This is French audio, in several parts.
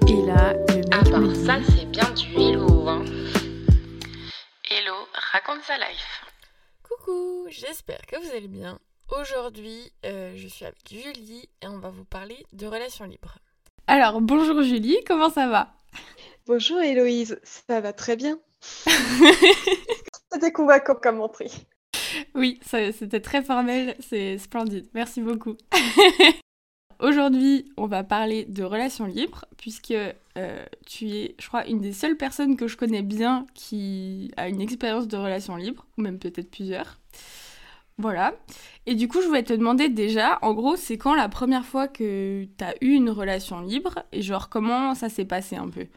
Et là, le mec Alors me dit ça, c'est bien du hello, hein. Hello, raconte sa life. Coucou, j'espère que vous allez bien. Aujourd'hui, je suis avec Julie et on va vous parler de relations libres. Alors, bonjour Julie, comment ça va? Bonjour Héloïse, ça va très bien. C'était convaincant comme entrée. Oui, c'était très formel, c'est splendide, merci beaucoup. Aujourd'hui, on va parler de relations libres, puisque tu es, je crois, une des seules personnes que je connais bien qui a une expérience de relations libres, ou même peut-être plusieurs. Voilà. Et du coup, je voulais te demander déjà, en gros, c'est quand la première fois que t'as eu une relation libre, et genre, comment ça s'est passé un peu?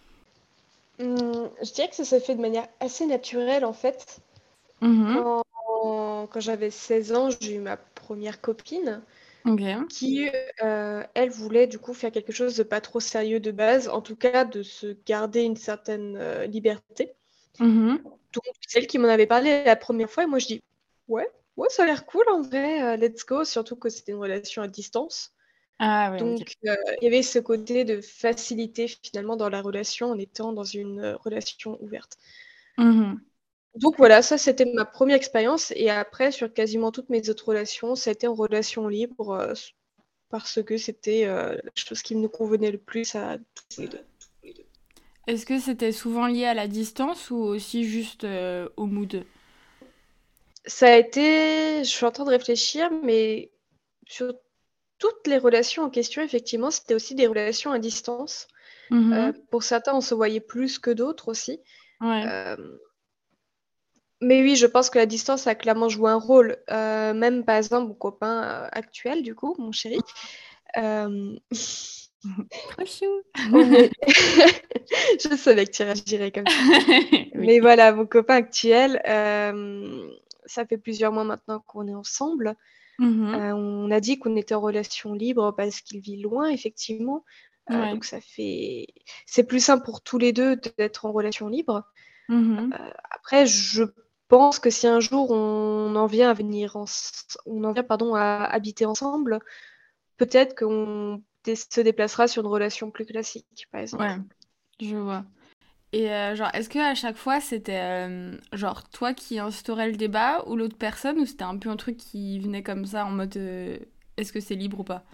Je dirais que ça s'est fait de manière assez naturelle en fait. Mhm. Quand, quand j'avais 16 ans, j'ai eu ma première copine Ok. qui, elle, voulait du coup faire quelque chose de pas trop sérieux de base, en tout cas de se garder une certaine liberté. Mhm. Donc c'est elle qui m'en avait parlé la première fois et moi je dis ouais, ouais, ça a l'air cool en vrai, let's go, surtout que c'était une relation à distance. Ah ouais, ok. Donc, il y avait ce côté de facilité finalement dans la relation en étant dans une relation ouverte. Mhm. Donc voilà, ça c'était ma première expérience. Et après, sur quasiment toutes mes autres relations, ça a été en relation libre parce que c'était la chose qui me convenait le plus à tous les deux. Est-ce que c'était souvent lié à la distance ou aussi juste au mood? Ça a été, je suis en train de réfléchir, mais sur toutes les relations en question, effectivement, c'était aussi des relations à distance. Mhm. Pour certains, on se voyait plus que d'autres aussi. Ouais. Euh, Mais oui, je pense que la distance a clairement joué un rôle. Même par exemple, mon copain actuel, du coup, mon chéri, euh, Trop chou. on est. Je savais que tu réagirais comme ça. Oui. Mais voilà, mon copain actuel, ça fait plusieurs mois maintenant qu'on est ensemble. Mhm. On a dit qu'on était en relation libre parce qu'il vit loin, effectivement. Ouais. Donc ça fait. C'est plus simple pour tous les deux d'être en relation libre. Mhm. Après, je pense que si un jour on en vient à on en vient, pardon, à habiter ensemble, peut-être qu'on se déplacera sur une relation plus classique, par Ouais, exemple. je vois. Et genre, est-ce que à chaque fois c'était genre toi qui instaurais le débat ou l'autre personne ou c'était un peu un truc qui venait comme ça en mode est-ce que c'est libre ou pas?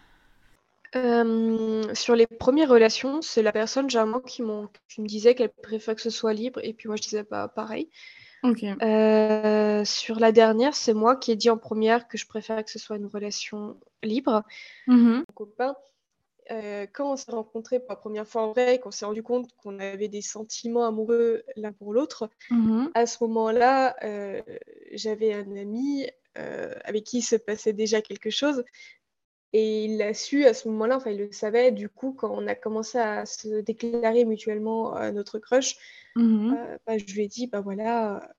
Sur les premières relations, c'est la personne généralement qui me disait qu'elle préfère que ce soit libre, et puis moi je disais pas pareil. Ok. Sur la dernière, c'est moi qui ai dit en première que je préfère que ce soit une relation libre. Mhm. Mon copain, quand on s'est rencontrés pour la première fois en vrai et qu'on s'est rendu compte qu'on avait des sentiments amoureux l'un pour l'autre, Mhm. à ce moment-là, j'avais un ami avec qui il se passait déjà quelque chose. Et il l'a su à ce moment-là, enfin il le savait, du coup, quand on a commencé à se déclarer mutuellement notre crush, Mhm. bah, je lui ai dit, bah voilà,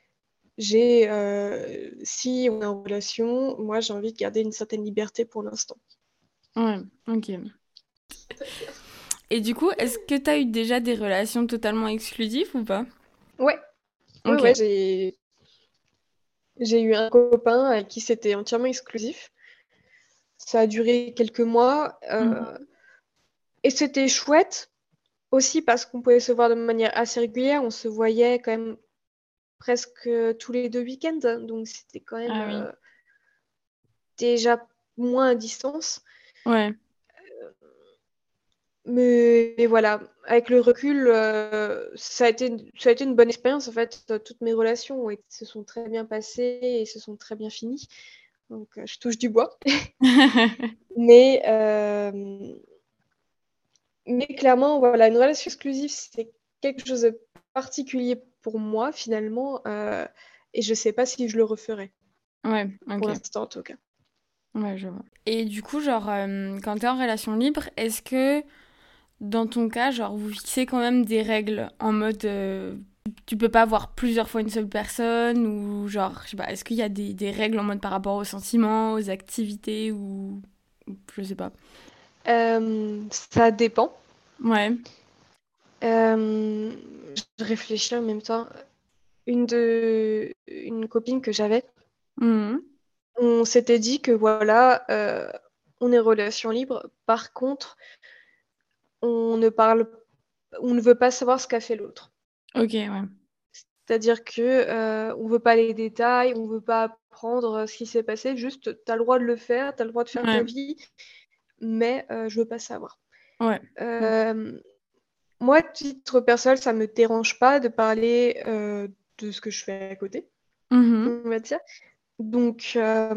si on est en relation, moi j'ai envie de garder une certaine liberté pour l'instant. Ouais, ok. Et du coup, est-ce que t'as eu déjà des relations totalement exclusives ou pas? Ouais, ouais, Ok. ouais, j'ai eu un copain avec qui c'était entièrement exclusif. Ça a duré quelques mois Mhm. et c'était chouette aussi parce qu'on pouvait se voir de manière assez régulière. On se voyait quand même presque tous les 2 week-ends, donc c'était quand même Ah oui. déjà moins à distance. Ouais. Mais voilà, avec le recul, ça a été une bonne expérience en fait. Toutes mes relations se sont très bien passées et se sont très bien finies. Donc je touche du bois. Mais, mais clairement, voilà, une relation exclusive, c'est quelque chose de particulier pour moi finalement. Et je sais pas si je le referai, Ouais, pour ok. l'instant en tout cas. Ouais, je vois. Et du coup, genre, quand t'es en relation libre, est-ce que dans ton cas, genre, vous fixez quand même des règles en mode tu peux pas avoir plusieurs fois une seule personne ou genre, je sais pas, est-ce qu'il y a des règles en mode par rapport aux sentiments, aux activités ou je sais pas. Ça dépend. Ouais. Euh, je réfléchis en même temps. Une copine que j'avais, Mhm. on s'était dit que voilà, on est relation libre. Par contre, on ne parle, on ne veut pas savoir ce qu'a fait l'autre. Ok, ouais. C'est-à-dire que on veut pas les détails, on veut pas apprendre ce qui s'est passé, juste tu as le droit de le faire, tu as le droit de faire ta Ouais, vie, mais je veux pas savoir. ouais. Moi, à titre personnel, ça me dérange pas de parler de ce que je fais à côté, Mhm. on va dire. Donc,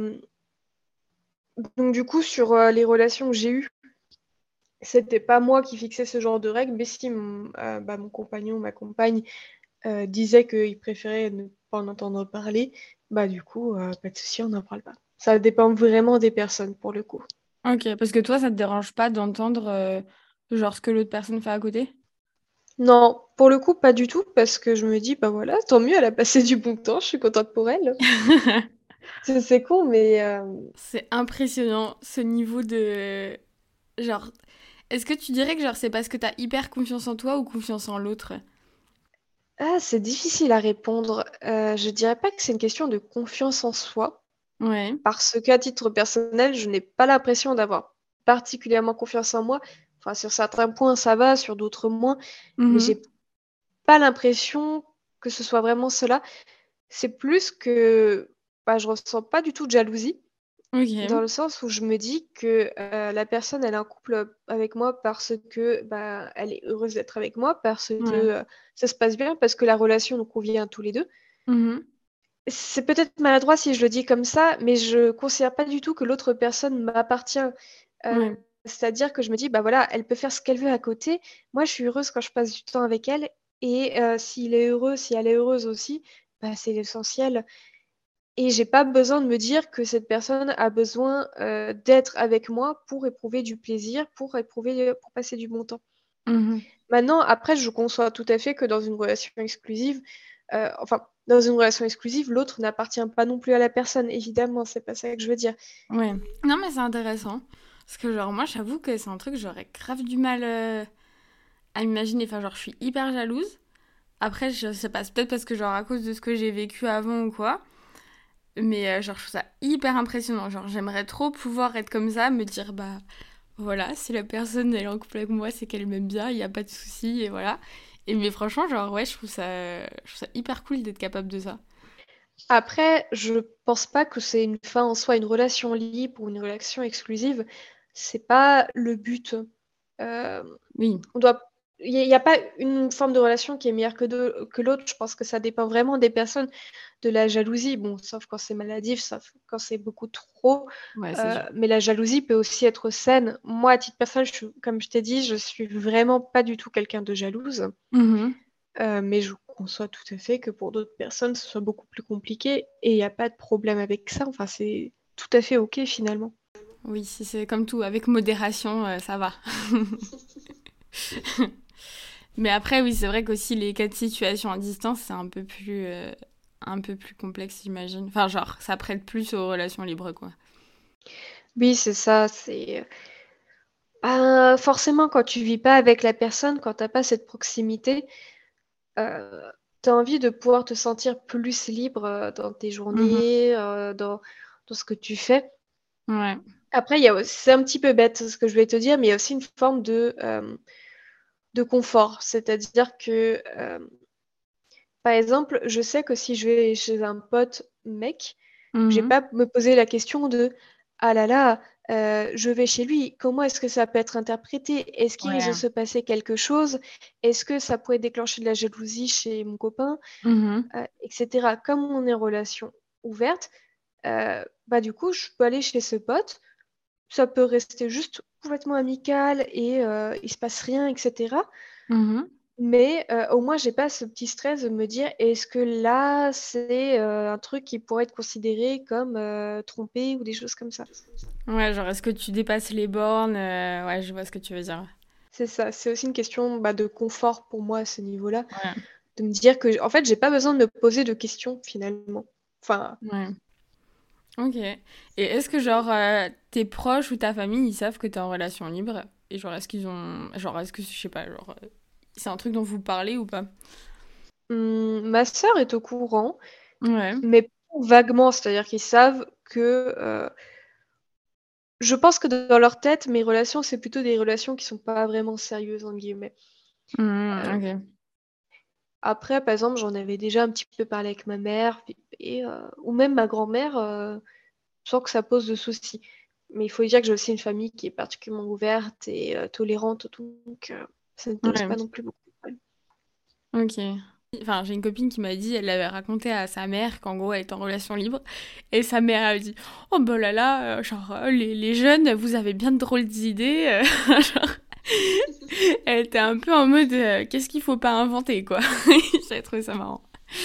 du coup, sur les relations que j'ai eues, c'était pas moi qui fixais ce genre de règles, mais si mon compagnon, ma compagne disait qu'il préférait ne pas en entendre parler, bah du coup, pas de souci, on n'en parle pas. Ça dépend vraiment des personnes pour le coup. Ok, parce que toi, ça te dérange pas d'entendre genre ce que l'autre personne fait à côté? Non, pour le coup, pas du tout, parce que je me dis, bah voilà, tant mieux, elle a passé du bon temps, je suis contente pour elle. C'est con, mais C'est impressionnant ce niveau de... Genre, est-ce que tu dirais que genre c'est parce que t'as hyper confiance en toi ou confiance en l'autre? c'est difficile à répondre. Je dirais pas que c'est une question de confiance en soi, Ouais. parce qu'à titre personnel, je n'ai pas l'impression d'avoir particulièrement confiance en moi. Enfin, sur certains points, ça va, sur d'autres moins, mais Mhm. j'ai pas l'impression que ce soit vraiment cela. C'est plus que bah, je ressens pas du tout de jalousie, dans Ok. le sens où je me dis que la personne, elle est en couple avec moi parce que bah, elle est heureuse d'être avec moi, parce que Ouais. ça se passe bien, parce que la relation nous convient à tous les deux. Mhm. C'est peut-être maladroit si je le dis comme ça, mais je considère pas du tout que l'autre personne m'appartient. Euh, Ouais. C'est-à-dire que je me dis, bah voilà, elle peut faire ce qu'elle veut à côté. Moi, je suis heureuse quand je passe du temps avec elle. Et s'il est heureux, si elle est heureuse aussi, bah, c'est l'essentiel. Et j'ai pas besoin de me dire que cette personne a besoin d'être avec moi pour éprouver du plaisir, pour passer du bon temps. Mhm. Maintenant, après, je conçois tout à fait que dans une relation exclusive, dans une relation exclusive, l'autre n'appartient pas non plus à la personne, évidemment, c'est pas ça que je veux dire. Ouais. Non, mais c'est intéressant. Parce que, genre, moi, j'avoue que c'est un truc que j'aurais grave du mal à imaginer. Enfin, genre, je suis hyper jalouse. Après, je sais pas, c'est peut-être parce que, genre, à cause de ce que j'ai vécu avant ou quoi. Mais, genre, je trouve ça hyper impressionnant. Genre, j'aimerais trop pouvoir être comme ça, me dire, bah, voilà, si la personne, elle est en couple avec moi, c'est qu'elle m'aime bien, il n'y a pas de souci, et voilà. Et, mais franchement, genre, ouais, je trouve ça hyper cool d'être capable de ça. Après, je pense pas que c'est une fin en soi, une relation libre ou une relation exclusive, c'est pas le but. Euh, Oui. on doit il n'y a pas une forme de relation qui est meilleure que l'autre. Je pense que ça dépend vraiment des personnes. De la jalousie, bon, sauf quand c'est maladif, sauf quand c'est beaucoup trop. Ouais, c'est sûr. Mais la jalousie peut aussi être saine. Moi, à titre personnel, comme je t'ai dit, je suis vraiment pas du tout quelqu'un de jalouse. Mhm. Mais je conçois tout à fait que pour d'autres personnes, ce soit beaucoup plus compliqué. Et il n'y a pas de problème avec ça. Enfin, c'est tout à fait OK finalement. Oui, si c'est comme tout, avec modération, ça va. Mais après, oui, c'est vrai qu'aussi les cas de situation à distance, c'est un peu plus complexe, j'imagine. Enfin, genre, ça prête plus aux relations libres, quoi. Oui, c'est ça. Forcément, quand tu vis pas avec la personne, quand t'as pas cette proximité, tu as envie de pouvoir te sentir plus libre dans tes Mhm. journées, dans ce que tu fais. Ouais. Après, c'est un petit peu bête ce que je vais te dire, mais il y a aussi une forme de confort. C'est-à-dire que, par exemple, je sais que si je vais chez un pote mec, je vais Mhm. pas me poser la question de ah là là, je vais chez lui, comment est-ce que ça peut être interprété? Est-ce qu'il risque de Ouais. se passer quelque chose? Est-ce que ça pourrait déclencher de la jalousie chez mon copain? Mhm. Etc. Comme on est en relation ouverte, bah du coup, je peux aller chez ce pote, ça peut rester juste complètement amical et il se passe rien, etc. Mhm. Mais au moins, j'ai pas ce petit stress de me dire est-ce que là, c'est un truc qui pourrait être considéré comme trompé ou des choses comme ça. Ouais, genre, est-ce que tu dépasses les bornes? Ouais, je vois ce que tu veux dire. C'est ça, c'est aussi une question bah, de confort pour moi à ce niveau-là, Ouais. de me dire que en fait, j'ai pas besoin de me poser de questions finalement. Enfin, Ouais. Ok. Et est-ce que, genre, tes proches ou ta famille, ils savent que t'es en relation libre? Et genre, est-ce qu'ils ont... Genre, est-ce que, je sais pas, genre... c'est un truc dont vous parlez ou pas? ma sœur est au courant. Ouais. Mais vaguement, c'est-à-dire qu'ils savent que Je pense que dans leur tête, mes relations, c'est plutôt des relations qui sont pas vraiment sérieuses, entre guillemets. Euh, Ok. Après, par exemple, j'en avais déjà un petit peu parlé avec ma mère ou même ma grand-mère sans que ça pose de soucis. Mais il faut dire que j'ai aussi une famille qui est particulièrement ouverte et tolérante, donc ça ne pose Ouais. pas non plus beaucoup de problèmes. Ok. Enfin, j'ai une copine qui m'a dit, elle avait raconté à sa mère qu'en gros elle était en relation libre, et sa mère elle a dit, oh bah là là, genre les jeunes, vous avez bien de drôles d'idées, genre, elle était un peu en mode, qu'est-ce qu'il faut pas inventer quoi. J'ai trouvé ça marrant.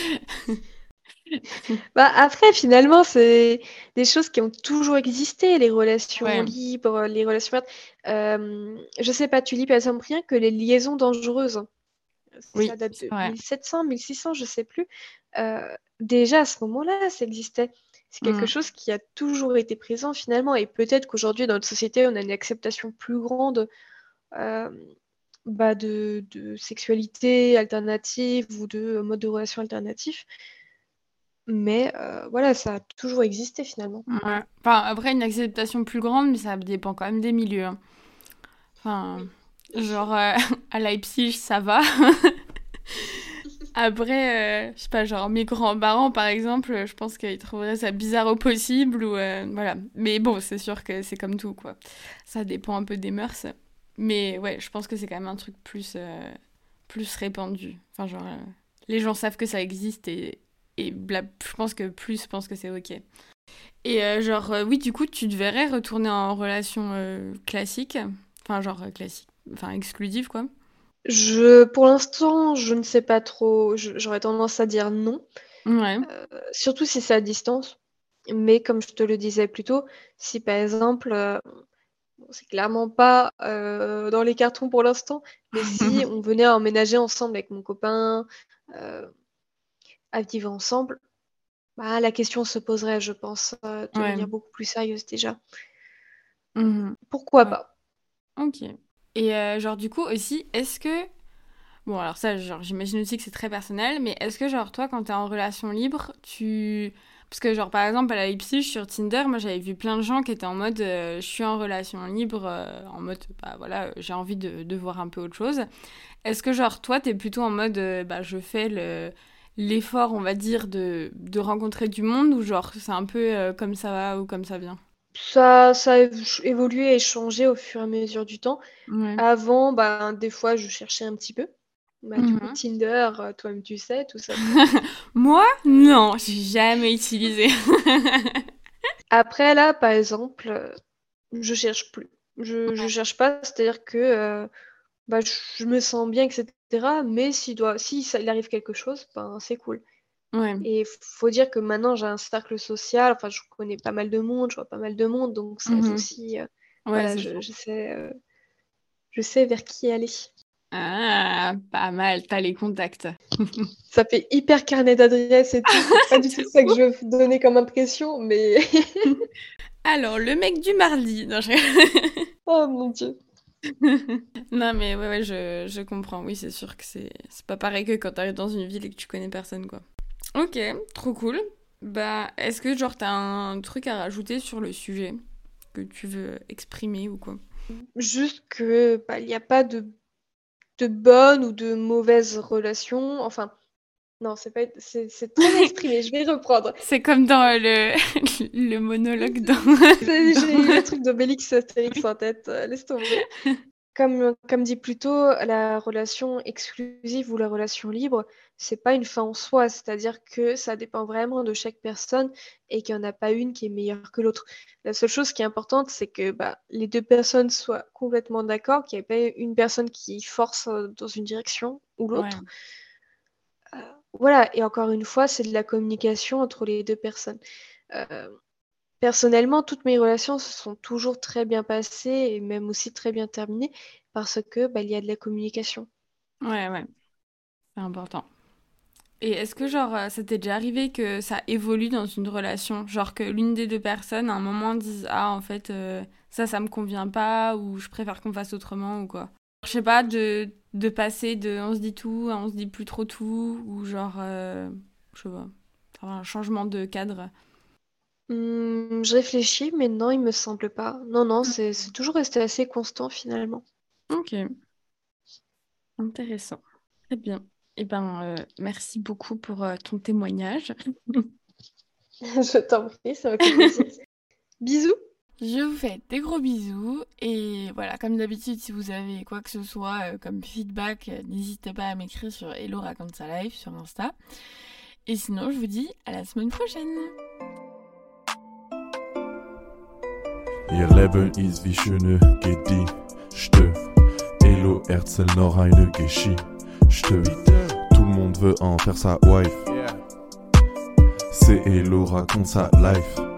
Bah, après, finalement, c'est des choses qui ont toujours existé, les relations Ouais, libres, les relations ouvertes. Je sais pas, tu lis par exemple rien que les liaisons dangereuses. Ça oui, date c'est de vrai. 1700, 1600, je sais plus. Euh, Déjà à ce moment-là, ça existait. C'est quelque Mm. chose qui a toujours été présent finalement. Et peut-être qu'aujourd'hui, dans notre société, on a une acceptation plus grande euh, de sexualité alternative ou de mode de relation alternatif. Mais voilà, ça a toujours existé finalement. Ouais. Enfin, après, une acceptation plus grande, mais ça dépend quand même des milieux, hein. Enfin, Oui, bien sûr. genre, à Leipzig, ça va. Après, je sais pas, genre mes grands-parents, par exemple, je pense qu'ils trouveraient ça bizarre au possible, ou voilà. Mais bon, c'est sûr que c'est comme tout, quoi. Ça dépend un peu des mœurs. Mais ouais, je pense que c'est quand même un truc plus répandu. Enfin, genre, les gens savent que ça existe je pense que plus pensent que c'est ok. Et genre, oui, du coup, tu te verrais retourner en relation classique. Enfin, genre classique. Enfin, exclusive, quoi. Pour l'instant, je ne sais pas trop. J'aurais tendance à dire non, Ouais. surtout si c'est à distance. Mais comme je te le disais plus tôt, si par exemple, bon, c'est clairement pas dans les cartons pour l'instant, mais si on venait à emménager ensemble avec mon copain, euh, à vivre ensemble, bah, la question se poserait, je pense, de Ouais. manière beaucoup plus sérieuse déjà. Mhm. Pourquoi Ouais. pas? Ok. Et genre, du coup, aussi, est-ce que... Bon, alors ça, genre, j'imagine aussi que c'est très personnel, mais est-ce que, genre, toi, quand t'es en relation libre, tu... Parce que, genre, par exemple, à la Leipzig, sur Tinder, moi, j'avais vu plein de gens qui étaient en mode, je suis en relation libre, en mode, bah, voilà, j'ai envie de voir un peu autre chose. Est-ce que, genre, toi, t'es plutôt en mode, bah, je fais l'effort, on va dire, de rencontrer du monde, ou genre, c'est un peu comme ça va ou comme ça vient? Ça a évolué et changé au fur et à mesure du temps. Ouais. Avant, ben, des fois, je cherchais un petit peu. Bah, du coup, Mhm. Tinder, toi-même tu sais, tout ça, tout ça. Moi, Euh, non, j'ai jamais utilisé. Après, là, par exemple, je cherche plus. Je cherche pas, c'est-à-dire que bah, je me sens bien, etc. Mais si ça, il arrive quelque chose, ben, c'est cool. Ouais. Et faut dire que maintenant, j'ai un cercle social, enfin, je connais pas mal de monde, je vois pas mal de monde, donc ça aide Mhm. aussi. Ouais, Voilà, c'est sûr. je sais vers qui aller. Ah, pas mal, t'as les contacts. Ça fait hyper carnet d'adresses et tout, c'est pas du tout De ça que ouf. je veux donner comme impression, mais Alors, le mec du mardi. Non, je... oh mon Dieu. Non, mais ouais, je comprends. Oui, c'est sûr que c'est pas pareil que quand t'arrives dans une ville et que tu connais personne, quoi. Ok, trop cool. Bah, est-ce que, genre, t'as un truc à rajouter sur le sujet que tu veux exprimer ou quoi? Juste que bah, il n'y a pas de bonnes ou de mauvaises relations. Enfin, non, c'est très mal exprimé. Je vais reprendre. C'est comme dans le monologue dans... J'ai eu le dans... truc d'Obélix Astérix en tête. Laisse tomber. Comme dit plus tôt, la relation exclusive ou la relation libre, c'est pas une fin en soi, c'est-à-dire que ça dépend vraiment de chaque personne et qu'il n'y en a pas une qui est meilleure que l'autre. La seule chose qui est importante, c'est que bah, les deux personnes soient complètement d'accord, qu'il n'y ait pas une personne qui force dans une direction ou Ouais, l'autre. Euh, voilà, et encore une fois, c'est de la communication entre les deux personnes. Euh, Personnellement, toutes mes relations se sont toujours très bien passées et même aussi très bien terminées parce que bah, il y a de la communication. ouais, c'est important. Et est-ce que, genre, ça t'est déjà arrivé que ça évolue dans une relation? Genre que l'une des deux personnes, à un moment, dise, ah, en fait, ça me convient pas, ou je préfère qu'on fasse autrement, ou quoi. Je sais pas, de passer de on se dit tout à on se dit plus trop tout, ou genre, je sais pas, enfin, un changement de cadre. Je réfléchis, mais non, il me semble pas. Non, c'est toujours resté assez constant finalement. Ok, intéressant. Très bien. Eh ben, merci beaucoup pour ton témoignage. Je t'en prie, ça m'a fait plaisir. Bisous. Je vous fais des gros bisous et voilà, comme d'habitude, si vous avez quoi que ce soit comme feedback, n'hésitez pas à m'écrire sur Hello raconte sa life sur Insta. Et sinon, je vous dis à la semaine prochaine. Ihr Leben ist wie schöne Gedichte. Hello erzähl noch eine Geschichte. Tout le monde veut en faire sa wife. C'est Hello raconte sa life.